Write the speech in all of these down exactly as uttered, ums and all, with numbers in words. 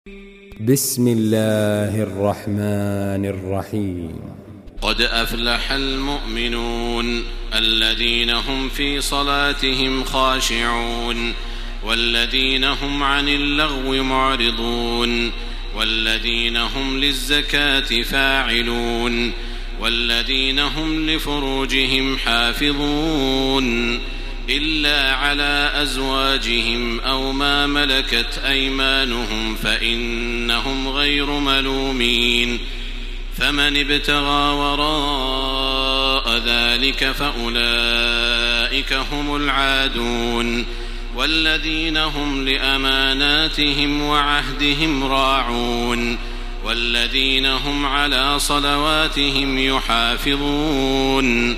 بسم الله الرحمن الرحيم. قد أفلح المؤمنون الذين هم في صلاتهم خاشعون والذين هم عن اللغو معرضون والذين هم للزكاة فاعلون والذين هم لفروجهم حافظون إلا على أزواجهم أو ما ملكت أيمانهم فإنهم غير ملومين فمن ابتغى وراء ذلك فأولئك هم العادون والذين هم لأماناتهم وعهدهم راعون والذين هم على صلواتهم يحافظون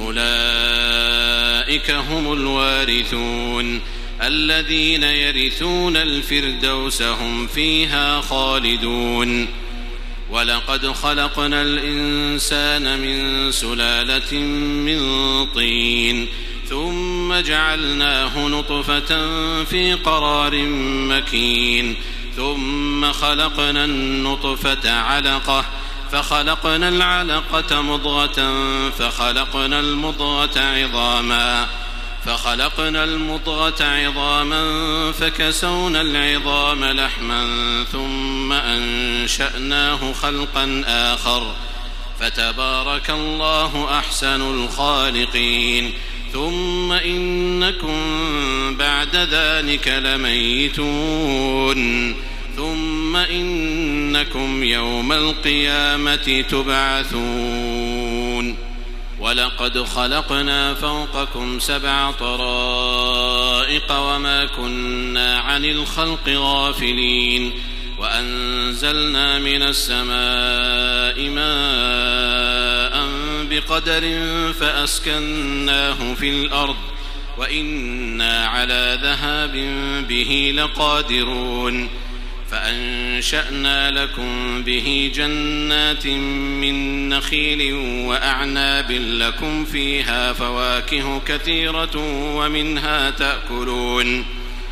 أولئك هم الوارثون الذين يرثون الفردوس هم فيها خالدون. ولقد خلقنا الإنسان من سلالة من طين ثم جعلناه نطفة في قرار مكين ثم خلقنا النطفة علقة فخلقنا العلقة مضغة فخلقنا المضغة عظاما فخلقنا المضغة عظاما فكسونا العظام لحما ثم أنشأناه خلقا آخر فتبارك الله أحسن الخالقين. ثم إنكم بعد ذلك لميتون ثم إنكم يوم القيامة تبعثون. ولقد خلقنا فوقكم سبع طرائق وما كنا عن الخلق غافلين وأنزلنا من السماء ماء بقدر فأسكناه في الأرض وإنا على ذهاب به لقادرون فأنشأنا لكم به جنات من نخيل وأعناب لكم فيها فواكه كثيرة ومنها تأكلون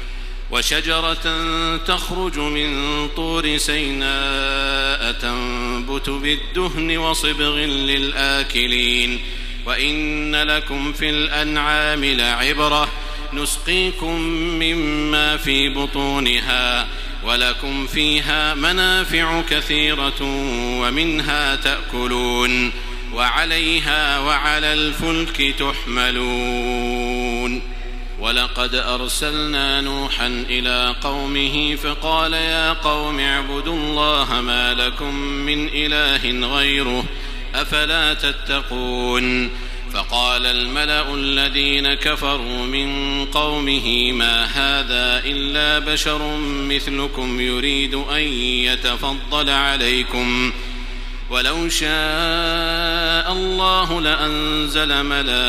وشجرة تخرج من طور سيناء تنبت بالدهن وصبغ للآكلين وإن لكم في الأنعام لعبرة نسقيكم مما في بطونها ولكم فيها منافع كثيرة ومنها تأكلون وعليها وعلى الفلك تحملون. ولقد أرسلنا نوحا إلى قومه فقال يا قوم اعبدوا الله ما لكم من إله غيره أفلا تتقون. فقال الملأ الذين كفروا من قومه ما هذا إلا بشر مثلكم يريد أن يتفضل عليكم ولو شاء الله لأنزل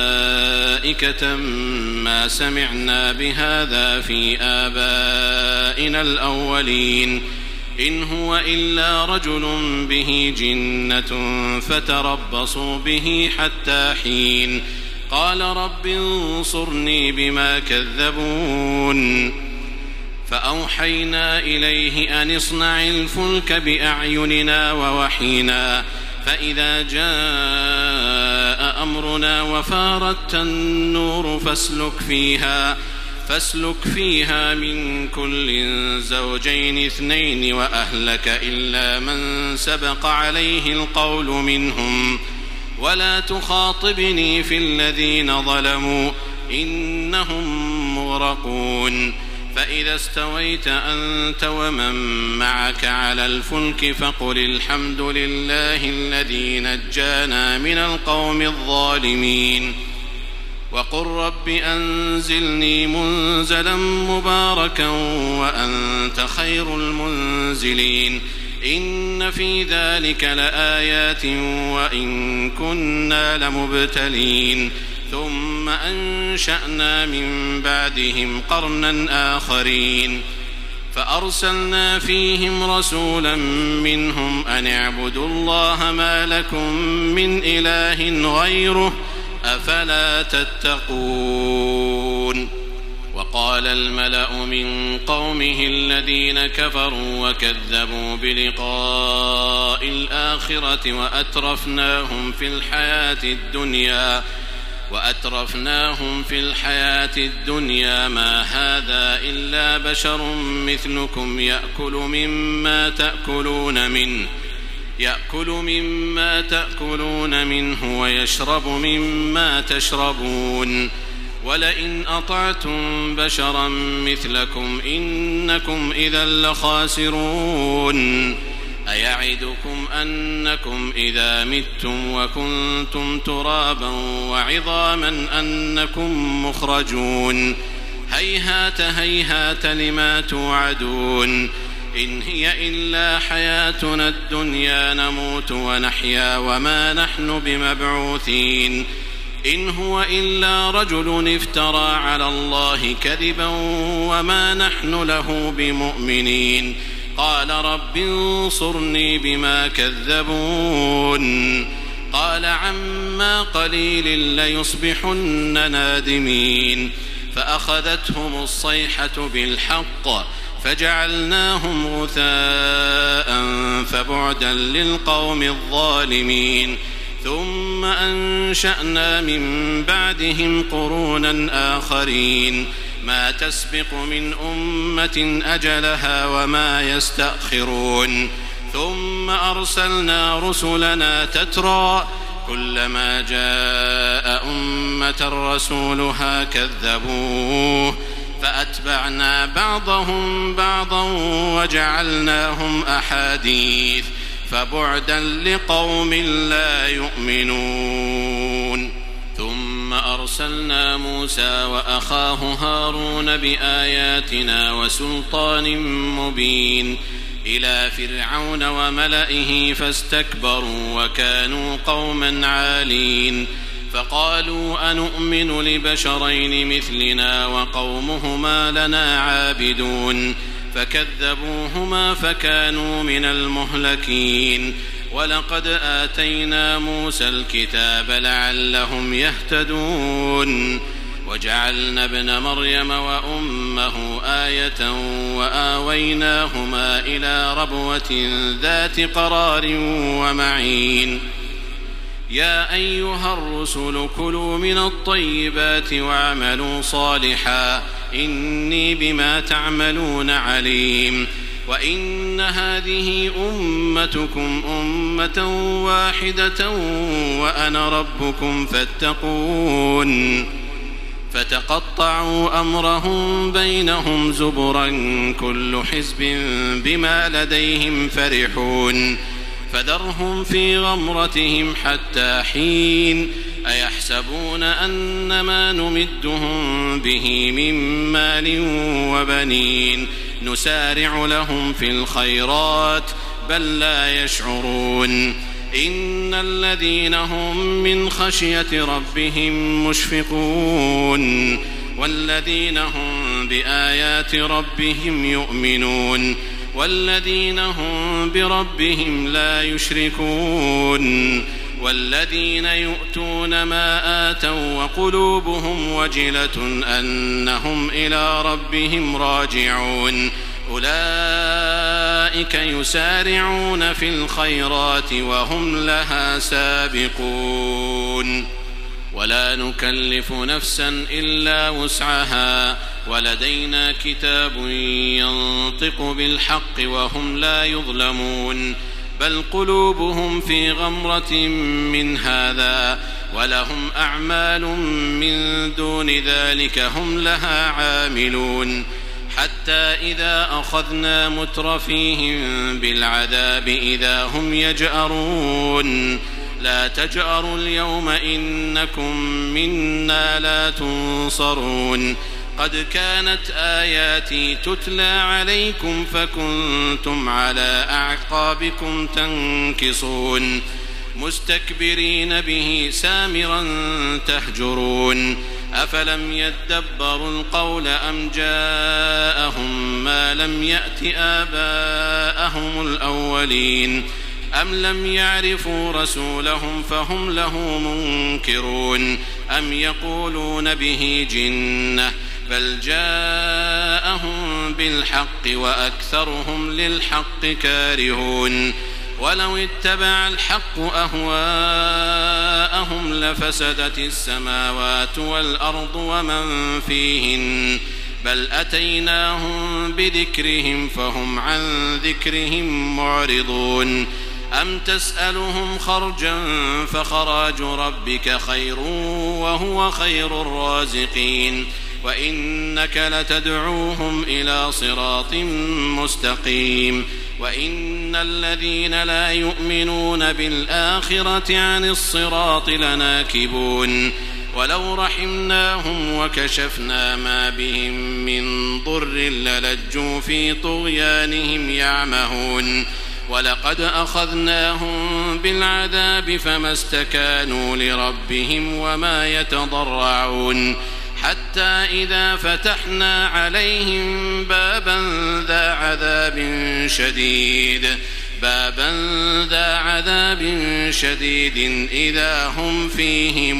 ملائكة ما سمعنا بهذا في آبائنا الأولين إن هو إلا رجل به جنة فتربصوا به حتى حين. قال رب انصرني بما كذبون. فأوحينا إليه أن اصنع الفلك بأعيننا ووحينا فإذا جاء أمرنا وفارت النور فاسلك فيها فاسلك فيها من كل زوجين اثنين وأهلك إلا من سبق عليه القول منهم ولا تخاطبني في الذين ظلموا إنهم مغرقون. فإذا استويت أنت ومن معك على الفلك فقل الحمد لله الذي نجانا من القوم الظالمين وقل رب أنزلني منزلا مباركا وأنت خير المنزلين. إن في ذلك لآيات وإن كنا لمبتلين. ثم أنشأنا من بعدهم قرنا آخرين فأرسلنا فيهم رسولا منهم أن اعبدوا الله ما لكم من إله غيره أفلا تتقون. وقال قال الملأ من قومه الذين كفروا وكذبوا بلقاء الآخرة وأترفناهم في الحياة الدنيا وأترفناهم في الحياة الدنيا ما هذا إلا بشر مثلكم يأكل مما تأكلون منه يأكل مما تأكلون منه ويشرب مما تشربون ولئن أطعتم بشرا مثلكم إنكم إذا لخاسرون أيعدكم أنكم إذا متم وكنتم ترابا وعظاما أنكم مخرجون هيهات هيهات لما توعدون إن هي إلا حياتنا الدنيا نموت ونحيا وما نحن بمبعوثين إن هو إلا رجل افترى على الله كذبا وما نحن له بمؤمنين قال رب انصرني بما كذبون قال عما قليل ليصبحن نادمين فأخذتهم الصيحة بالحق فجعلناهم غثاء فبعدا للقوم الظالمين ثم أنشأنا من بعدهم قرونا آخرين ما تسبق من أمة أجلها وما يستأخرون ثم أرسلنا رسلنا تترى كلما جاء أمة رسولها كذبوه فأتبعنا بعضهم بعضا وجعلناهم أحاديث فبعدا لقوم لا يؤمنون ثم أرسلنا موسى وأخاه هارون بآياتنا وسلطان مبين إلى فرعون وملئه فاستكبروا وكانوا قوما عالين فقالوا أنؤمن لبشرين مثلنا وقومهما لنا عابدون فكذبوهما فكانوا من المهلكين ولقد آتينا موسى الكتاب لعلهم يهتدون وجعلنا ابن مريم وأمه آية وآويناهما إلى ربوة ذات قرار ومعين يا أيها الرسل كلوا من الطيبات واعملوا صالحا إني بما تعملون عليم وإن هذه أمتكم أمة واحدة وأنا ربكم فاتقون فتقطعوا أمرهم بينهم زبرا كل حزب بما لديهم فرحون فذرهم في غمرتهم حتى حين أيحسبون أن ما نمدهم به من مال وبنين نسارع لهم في الخيرات بل لا يشعرون إن الذين هم من خشية ربهم مشفقون والذين هم بآيات ربهم يؤمنون والذين هم بربهم لا يشركون والذين يؤتون ما آتوا وقلوبهم وجلة أنهم إلى ربهم راجعون أولئك يسارعون في الخيرات وهم لها سابقون ولا نكلف نفسا إلا وسعها ولدينا كتاب ينطق بالحق وهم لا يظلمون بل قلوبهم في غمرة من هذا ولهم أعمال من دون ذلك هم لها عاملون حتى إذا أخذنا مترفيهم بالعذاب إذا هم يجأرون لا تجأروا اليوم إنكم منا لا تنصرون قد كانت آياتي تتلى عليكم فكنتم على أعقابكم تنكصون مستكبرين به سامرا تهجرون أفلم يدبروا القول أم جاءهم ما لم يأت آباءهم الأولين أم لم يعرفوا رسولهم فهم له منكرون أم يقولون به جنة بل جاءهم بالحق وأكثرهم للحق كارهون ولو اتبع الحق أهواءهم لفسدت السماوات والأرض ومن فيهن بل أتيناهم بذكرهم فهم عن ذكرهم معرضون أم تسألهم خرجا فخراج ربك خير وهو خير الرازقين وإنك لتدعوهم إلى صراط مستقيم وإن الذين لا يؤمنون بالآخرة عن الصراط لناكبون ولو رحمناهم وكشفنا ما بهم من ضر للجوا في طغيانهم يعمهون ولقد أخذناهم بالعذاب فما استكانوا لربهم وما يتضرعون حتى إذا فتحنا عليهم بابا ذا عذاب شديد بابا ذا عذاب شديد إذا هم فيه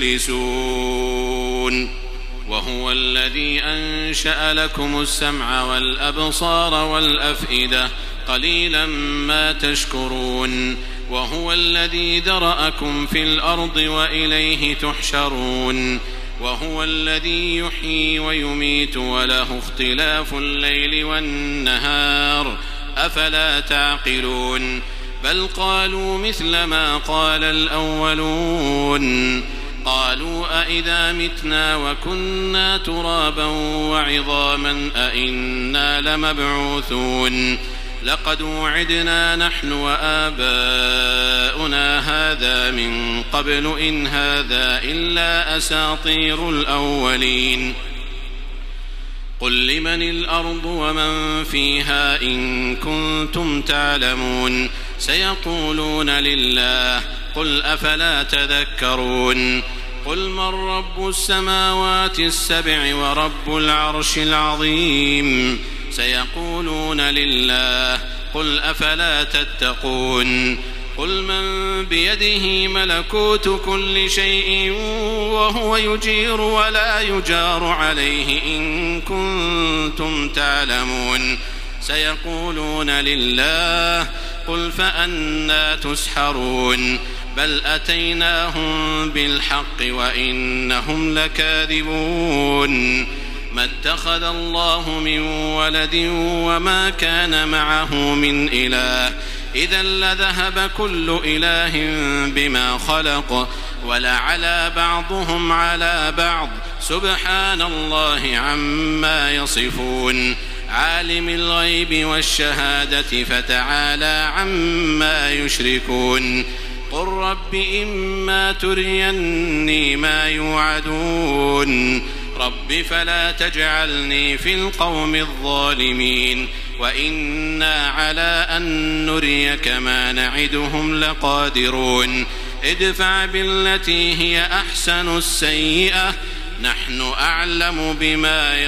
مبلسون وهو الذي أنشأ لكم السمع والأبصار والأفئدة قليلا ما تشكرون وهو الذي ذرأكم في الأرض وإليه تحشرون وهو الذي يحيي ويميت وله اختلاف الليل والنهار أفلا تعقلون بل قالوا مثل ما قال الأولون قالوا أئذا متنا وكنا ترابا وعظاما أئنا لمبعوثون لقد وعدنا نحن وآباؤنا هذا من قبل إن هذا إلا أساطير الأولين قل لمن الأرض ومن فيها إن كنتم تعلمون سيقولون لله قل أفلا تذكرون قل من رب السماوات السبع ورب العرش العظيم سيقولون لله قل أفلا تتقون قل من بيده ملكوت كل شيء وهو يجير ولا يجار عليه إن كنتم تعلمون سيقولون لله قل فأنى تسحرون بل أتيناهم بالحق وإنهم لكاذبون ما اتخذ الله من ولد وما كان معه من إله إذا لذهب كل إله بما خلق ولعلى بعضهم على بعض سبحان الله عما يصفون عالم الغيب والشهادة فتعالى عما يشركون قل رب إما تريني ما يوعدون رب فلا تجعلني في القوم الظالمين وإنا على أن نريك ما نعدهم لقادرون ادفع بالتي هي أحسن السيئة نحن أعلم بما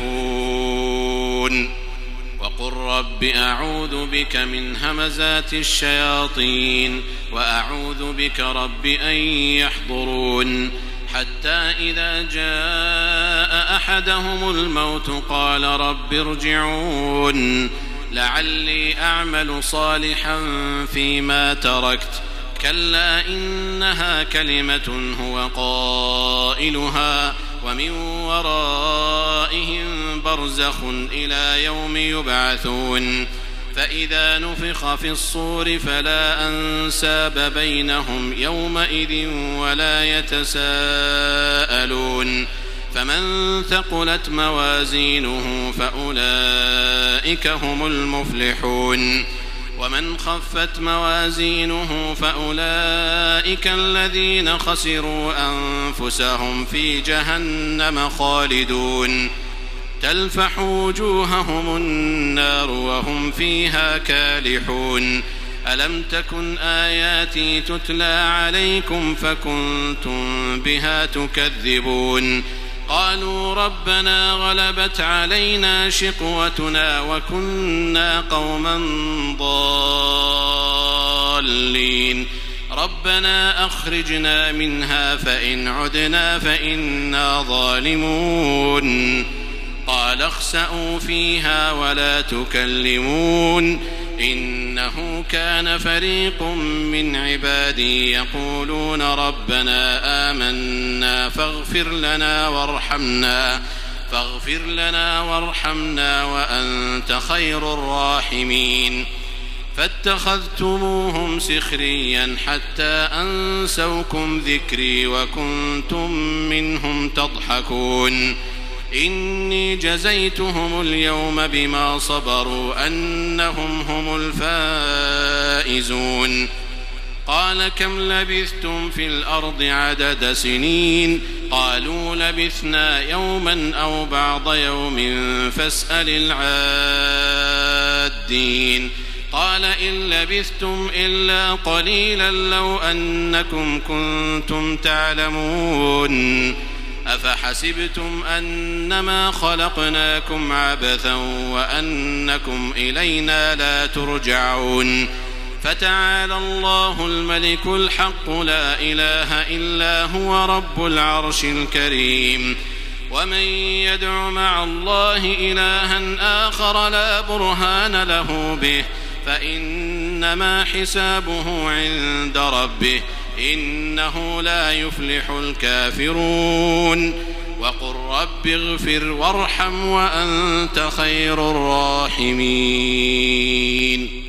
يصفون وقل رب أعوذ بك من همزات الشياطين وأعوذ بك رب أن يحضرون حتى إذا جاء أحدهم الموت قال رب ارجعون لعلي أعمل صالحا فيما تركت كلا إنها كلمة هو قائلها ومن ورائهم برزخ إلى يوم يبعثون فإذا نفخ في الصور فلا أنساب بينهم يومئذ ولا يتساءلون فمن ثقلت موازينه فأولئك هم المفلحون ومن خفت موازينه فأولئك الذين خسروا أنفسهم في جهنم خالدون تلفح وجوههم النار وهم فيها كالحون ألم تكن آياتي تتلى عليكم فكنتم بها تكذبون قالوا ربنا غلبت علينا شقوتنا وكنا قوما ضالين ربنا أخرجنا منها فإن عدنا فإنا ظالمون قال اخسئوا فيها ولا تكلمون إنه كان فريق من عبادي يقولون ربنا آمنا فاغفر لنا وارحمنا فاغفر لنا وارحمنا وأنت خير الراحمين فاتخذتموهم سخريا حتى أنسوكم ذكري وكنتم منهم تضحكون إني جزيتهم اليوم بما صبروا أنهم هم الفائزون قال كم لبثتم في الأرض عدد سنين قالوا لبثنا يوما أو بعض يوم فاسأل العادين قال إن لبثتم إلا قليلا لو أنكم كنتم تعلمون أفحسبتم أنما خلقناكم عبثا وأنكم إلينا لا ترجعون فتعالى الله الملك الحق لا إله إلا هو رب العرش الكريم ومن يدع مع الله إلها آخر لا برهان له به فإنما حسابه عند ربه إنه لا يفلح الكافرون وقل رب اغفر وارحم وأنت خير الراحمين